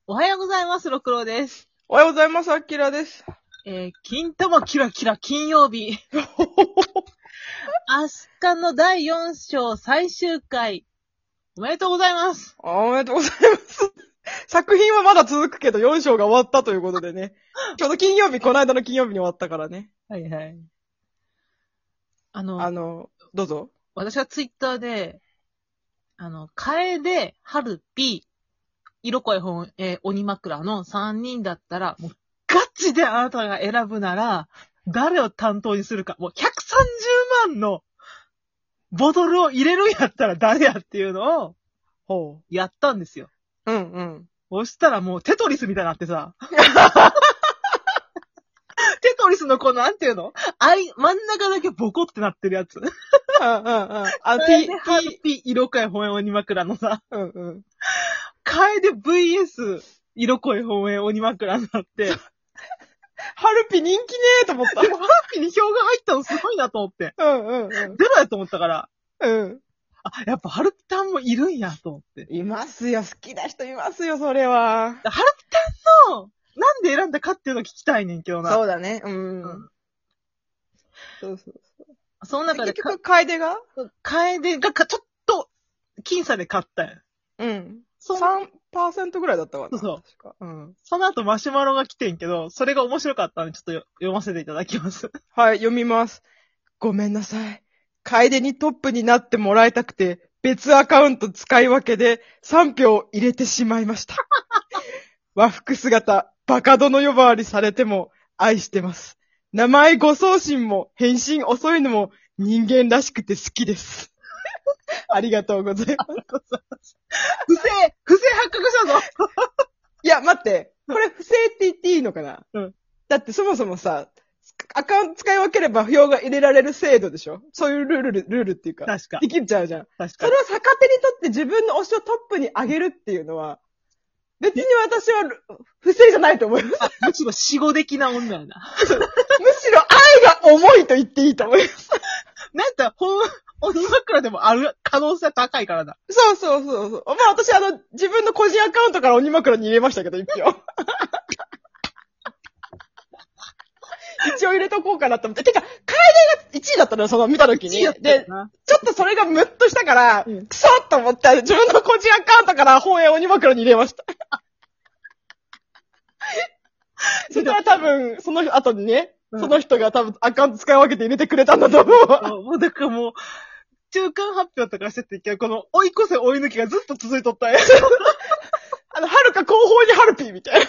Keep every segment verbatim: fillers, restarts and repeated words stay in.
おはようございます、ろくろです。 おはようございます、あきらです。 えー、金玉キラキラ金曜日。明日のだいよん章最終回。おめでとうございます。 おめでとうございます。作品はまだ続くけどよん章が終わったということでね。ちょうど金曜日、この間の金曜日に終わったからね。 はいはい。あの、 あの、どうぞ。 私はツイッターで、あの、楓、春、P、色恋本、えー、鬼枕のさんにんだったら、もうガチであなたが選ぶなら、誰を担当にするか、もうひゃくさんじゅうまんのボトルを入れるんやったら誰やっていうのを、 ほやったんですよ。 う。うんうん。 そしたらもうテトリスみたいになってさ。テトリスのこのなんていうのあい、真ん中だけボコってなってるやつ。 うんうんうん。あ、T、 T、色恋本鬼枕のさ。 うんうん。 楓 ブイエス 色恋本鬼枕になって。 ハルピ人気ねーと思った。 でもハルピに票が入ったのすごいなと思って。 うんうんうん。 ゼロやと思ったから。 うん。 あ、やっぱハルピタンもいるんやと思って。 いますよ、好きな人いますよ、それは。 ハルピタンの、なんで選んだかっていうのを聞きたいねんけどな。 そうだね。うん。うん、そうそうそう。 その中で結局、楓が楓がちょっと、僅差で勝ったんや。 うん。さんパーセント ぐらいだったかな。 そうそう。 確か。うん。 その後マシュマロが来てんけど、それが面白かったのでちょっと読ませていただきます。 はい、読みます。ごめんなさい。楓にトップになってもらいたくて、別アカウント使い分けでさん票入れてしまいました。和服姿、バカ殿呼ばわりされても愛してます。名前誤送信も返信遅いのも人間らしくて好きです。ありがとうございます。 不正不正発覚したぞいや、待って。これ不正って言っていいのかな？ うん。 だってそもそもさ、アカウント使い分ければ票が入れられる制度でしょ？そういうルール、ルールっていうか。 確か。 できちゃうじゃん。 確か。 それを逆手にとって自分の推しをトップに上げるっていうのは、別に私は不正じゃないと思います。 むしろ死後的な女やな。むしろ愛が重いと言っていいと思います。 なんか、ほん、鬼枕でもある可能性高いからだ。 そうそうそうそう。まあ私あの、自分の個人アカウントから鬼枕に入れましたけど、一票。一応入れとこうかなと思って。てか、楓がいちいだったのよ、その見たときに。で、ちょっとそれがムッとしたから、うん、クソッと思って、自分の個人アカウントから本営鬼枕に入れました。それは多分、その後にね、うん、その人が多分アカウント使い分けて入れてくれたんだと思う。 もうだからもう、中間発表とかしてて、この追い越せ追い抜きがずっと続いとったんや。 あの、はるか後方にハルピーみたいな。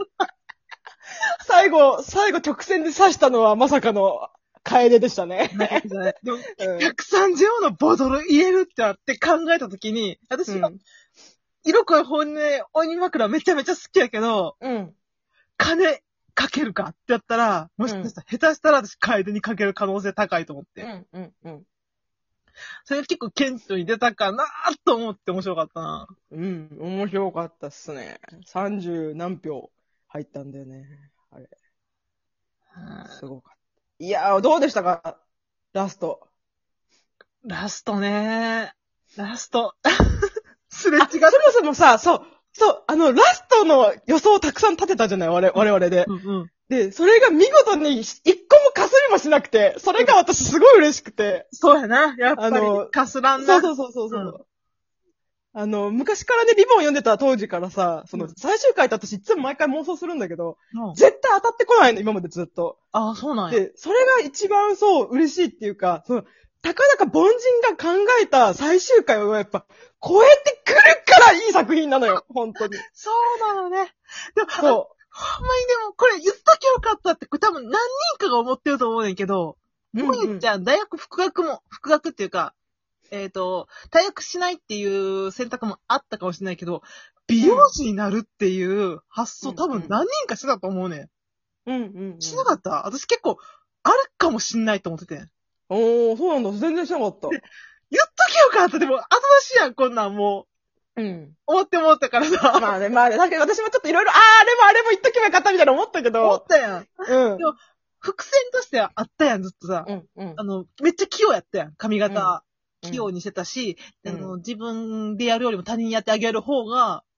最後、最後直線で刺したのはまさかの楓でしたね。 でも、うん、ひゃくさんじゅうのボトル入れるってあって考えたときに、私は、うん、色恋本音鬼枕めちゃめちゃ好きやけど、うん、金かけるかってやったら、もしかしたら、うん、下手したら私楓にかける可能性高いと思って。うんうんうん、それが結構顕著に出たかなと思って面白かったな。 うん、面白かったっすね。さんじゅう何票入ったんだよね。あれ。すごかった。いやー、どうでしたかラスト。 ラストねー。ラスト。すれ違った。そもそもさ、そう、そう、あの、ラストの予想をたくさん立てたじゃない我々で。うんうん、で、それが見事に一個もかすりもしなくて、それが私すごい嬉しくて。 そうやな。やっぱり、かすらんな。 そうそうそうそう。うんあの、昔からね、リボン読んでた当時からさ、その、最終回って私いつも毎回妄想するんだけど、うん、絶対当たってこないの、今までずっと。 ああ、そうなんや。 で、それが一番そう、嬉しいっていうか、その、たかだか凡人が考えた最終回をやっぱ、超えてくるからいい作品なのよ、本当に。 そうなのね。でも、そう。ほんまにでも、これ言っときゃよかったって、これ多分何人かが思ってると思うねんけど、もういっちゃん、大学復学も、復学っていうか、えっと、退学しないっていう選択もあったかもしれないけど、美容師になるっていう発想、うん、多分何人かしてたと思うねん。うんうん、うん。しなかった？私結構、あるかもしんないと思ってて。 おー、そうなんだ。全然しなかった。言っときゃよかった。でも、後出しやん、こんなんもう。うん。思って思ったからさ。 まあね、まあね。だけど私もちょっといろいろ、あー、あれもあれも言っとけばよかったみたいな思ったけど。 思ったやん。うん。でも、伏線としてはあったやん、ずっとさ。うんうん。あの、めっちゃ器用やったやん、髪型。うん器用にしてたし、うん、あの、自分でやるよりも他人にやってあげる方が、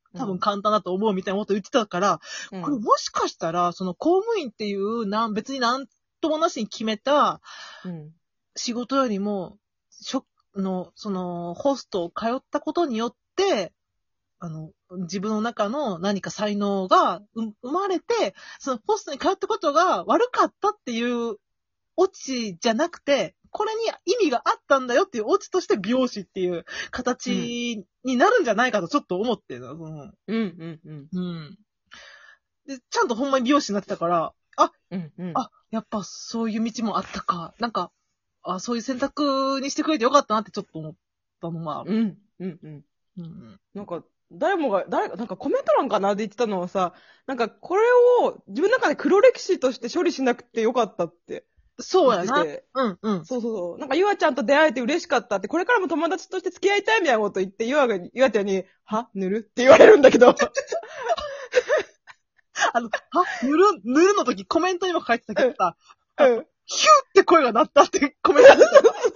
多分簡単だと思うみたいなこと言ってたから、うん、これもしかしたら、その公務員っていう、なん別になんともなしに決めた仕事よりも、職の、その、ホストを通ったことによって、あの、自分の中の何か才能が生まれて、そのホストに通ったことが悪かったっていうオチじゃなくて、これに意味があったんだよっていうオチとして美容師っていう形になるんじゃないかとちょっと思ってるの。うん、 うんうんうん。 うん。で、ちゃんとほんまに美容師になってたから、あ、 うんうん、 あ、やっぱそういう道もあったか。なんか、あ、そういう選択にしてくれてよかったなってちょっと思ったのが。 うん、うん、うん。 うん、 なんか、誰もが、誰か、なんかコメント欄かなで言ってたのはさ、なんかこれを自分の中で黒歴史として処理しなくてよかったって。 そうやな。うんうん。 そうそうそう。なんかゆあちゃんと出会えて嬉しかったって、これからも友達として付き合いたいみたいなこと言って、ゆあが、ゆあちゃんに、は塗るって言われるんだけど。 あの、は塗る、塗るの時コメントにも書いてたけどさ、 うん。 ヒューって声が鳴ったってコメントに。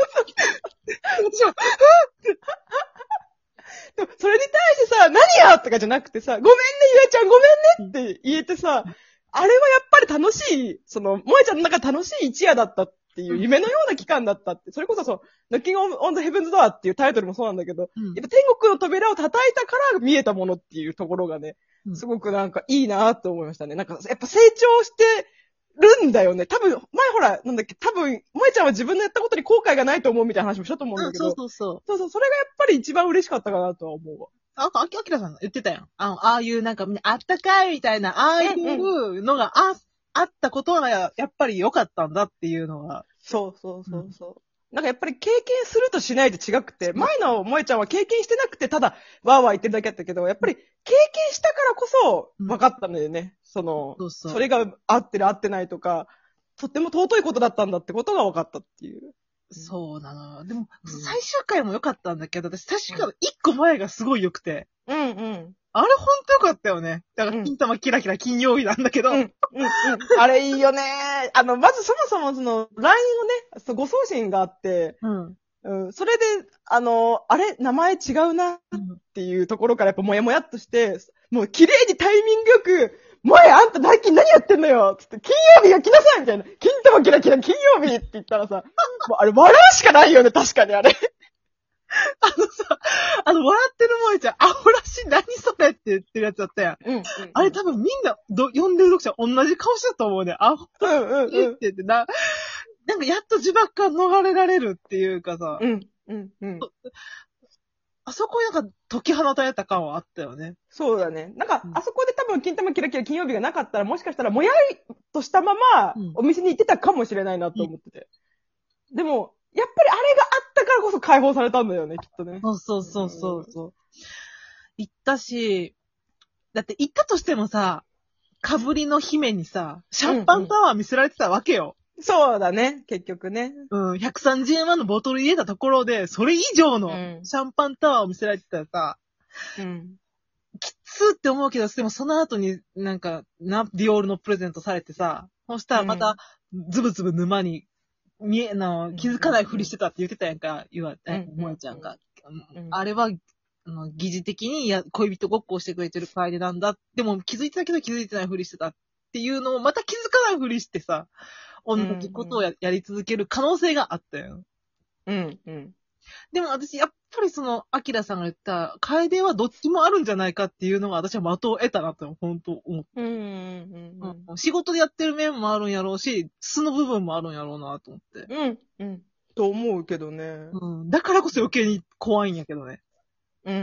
でもそれに対してさ、何やとかじゃなくてさ、ごめんね、ゆあちゃんごめんねって言えてさ、あれはやっぱり楽しい、その、萌えちゃんの中楽しい一夜だったっていう、夢のような期間だったって、それこそそう、Knocking on the Heaven's Door っていうタイトルもそうなんだけど、うん、やっぱ天国の扉を叩いたから見えたものっていうところがね、すごくなんかいいなと思いましたね。なんか、やっぱ成長してるんだよね。多分、前ほら、なんだっけ、多分、萌えちゃんは自分のやったことに後悔がないと思うみたいな話もしたと思うんだけど、うん、 そうそうそう。 そうそう、それがやっぱり一番嬉しかったかなとは思うわ。 あ、あきらさん言ってたやん。あの、ああいうなんか、あったかいみたいな、ああいうのがあ、うんうん、あったことがやっぱり良かったんだっていうのが。 そうそうそうそう。うん、なんかやっぱり経験するとしないと違くて、前の萌えちゃんは経験してなくて、ただ、わーわー言ってるだけだったけど、やっぱり経験したからこそ分かったんだよね。うん、そのそうそう、それが合ってる合ってないとか、とっても尊いことだったんだってことが分かったっていう。 そうなの。でも、うん、最終回も良かったんだけど、私確か一個前がすごい良くて。 うんうん。 あれほんと良かったよね。だから、金玉キラキラ金曜日なんだけど。うん、うん、うん。 あれいいよね。あの、まずそもそもその、ライン をね、ご送信があって、うん。うん、それで、あの、あれ名前違うなっていうところからやっぱもやもやっとして、もう綺麗にタイミングよく、もえ、あんた最近何やってんのよつって、金曜日が来なさいみたいな。金玉キラキラ金曜日って言ったらさ、もうあれ笑うしかないよね、確かにあれ。 あのさ、あの、笑ってる萌えちゃん、アホらしい、何それって言ってるやつだったやん。うんうんうん、あれ多分みんな、ど、呼んでる読者同じ顔してたと思うね。アホらしいって言ってな、なんかやっと呪縛から逃れられるっていうかさ。 うん、うん、うん。 あそこになんか解き放たれた感はあったよね。 そうだね。なんか、うん、あそこで多分金玉キラキラ金曜日がなかったら、もしかしたらもやりとしたまま、お店に行ってたかもしれないなと思ってて。うん、でも、やっぱりあれがあったからこそ解放されたんだよね、きっとね。 そうそうそうそうそう。行ったし、だって行ったとしてもさ、かぶりの姫にさ、シャンパンタワー見せられてたわけよ。 うんうん、そうだね、結局ね。 うん、ひゃくさんじゅうえんのボトル入れたところで、それ以上のシャンパンタワーを見せられてたらさ、うん。きつーって思うけど、でもその後になんか、な、ディオールのプレゼントされてさ、そしたらまた、ズブズブ沼に、見え、な、気づかないふりしてたって言ってたやんか、言わ、え、もえちゃんが。うん、あれは、あの、疑似的にや恋人ごっこをしてくれてる楓なんだ。でも気づいてたけど気づいてないふりしてたっていうのをまた気づかないふりしてさ、同じことを や,、うんうん、やり続ける可能性があったよ。 うんうん。 でも私、やっぱりその、アキラさんが言った、楓はどっちもあるんじゃないかっていうのが私は的を得たなって本当思って。うんうんうんうん、仕事でやってる面もあるんやろうし、素の部分もあるんやろうなと思って。 うんうん。と思うけどね。 うん。だからこそ余計に怖いんやけどね。 うんうん。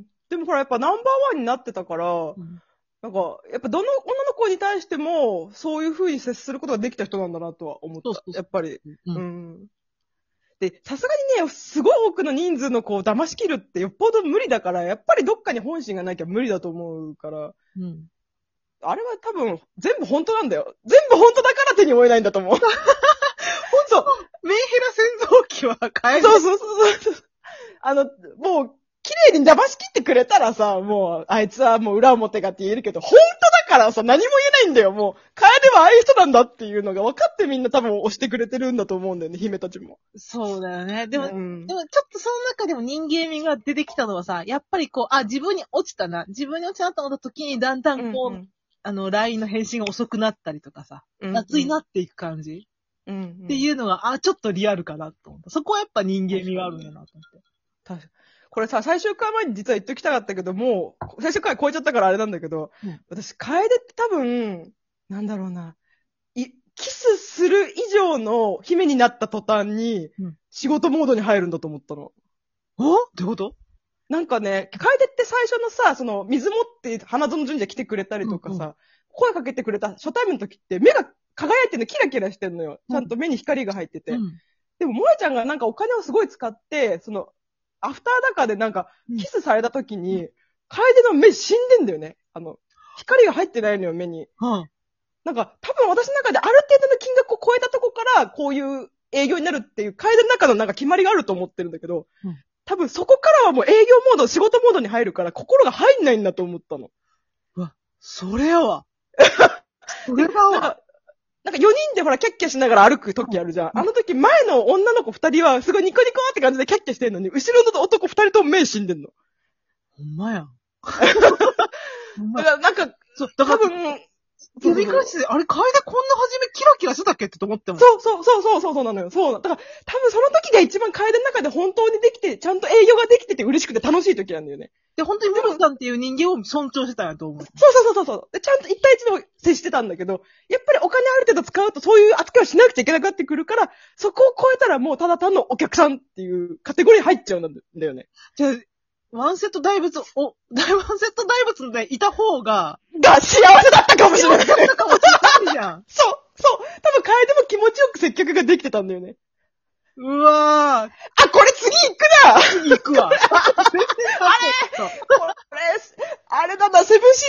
でもほらやっぱナンバーワンになってたから、うん、なんか、やっぱどの女の子に対しても、そういう風に接することができた人なんだなとは思った。そうそうそうやっぱり。うん。うん、で、さすがにね、すごい多くの人数の子を騙し切るってよっぽど無理だから、やっぱりどっかに本心がなきゃ無理だと思うから、うん。あれは多分、全部本当なんだよ。全部本当だから手に負えないんだと思う。本当メンヘラ戦闘機は変える。 そうそうそうそう。あの、もう、綺麗に騙し切ってくれたらさ、もう、あいつはもう裏表がって言えるけど、本当だからさ、何も言えないんだよ。もう、楓ではああいう人なんだっていうのが分かってみんな多分押してくれてるんだと思うんだよね、姫たちも。 そうだよね。でも、 うん、 でもちょっとその中でも人間味が出てきたのはさ、やっぱりこう、あ、自分に落ちたな。自分に落ちたなと思った時にだんだんこう、 うんうん、 あの、ライン の返信が遅くなったりとかさ、 うんうん、 夏になっていく感じ、 うんうん、 っていうのが、あ、ちょっとリアルかなと思った。そこはやっぱ人間味があるんだなと思って。 確かに。これさ、最終回前に実は言っときたかったけど、もう、最終回超えちゃったからあれなんだけど、うん、私、楓って多分、なんだろうな、い、キスする以上の姫になった途端に、仕事モードに入るんだと思ったの。 お、どういうこと？ なんかね、楓って最初のさ、その、水持って花園神社来てくれたりとかさ、うんうん、声かけてくれた初対面の時って目が輝いてるの、キラキラしてんのよ。ちゃんと目に光が入ってて。うん、でも、萌えちゃんがなんかお金をすごい使って、その、アフターだかでなんか、キスされた時に、楓の目死んでんだよね。あの、光が入ってないのよ、目に。うん、なんか、多分私の中である程度の金額を超えたとこから、こういう営業になるっていう、楓の中のなんか決まりがあると思ってるんだけど、うん、多分そこからはもう営業モード、仕事モードに入るから、心が入んないんだと思ったの。 うわ、それやわ。それだわ。 なんかよにんでほら、キャッキャしながら歩く時あるじゃん。あの時前の女の子ふたりはすごいニコニコって感じでキャッキャしてんのに、後ろの男ふたりとも目死んでんの。 ほんまやん。 だからなんか、そう、多分、 呼び返して、あれ、楓こんな初めキラキラしてたっけって思っても。 そうそうそうそうそうそうなのよ。そう。だから、多分その時が一番楓の中で本当にできて、ちゃんと営業ができてて嬉しくて楽しい時なんだよね。 で、本当にモロさんっていう人間を尊重してたんやと思う。 そうそうそうそう。で、ちゃんと一対一でも接してたんだけど、やっぱりお金ある程度使うとそういう扱いをしなくちゃいけなくなってくるから、そこを超えたらもうただ単のお客さんっていうカテゴリーに入っちゃうんだよね。 じゃあ、ワンセット大仏、お、大ワンセット大仏でいた方が、 が幸せだったかもしれない。幸せだったかもしれないじゃん。 そう、そう。多分楓も気持ちよく接客ができてたんだよね。 うわー。 あ、これ次行くな次行くわ。あれこれ、あれだな、セブンシー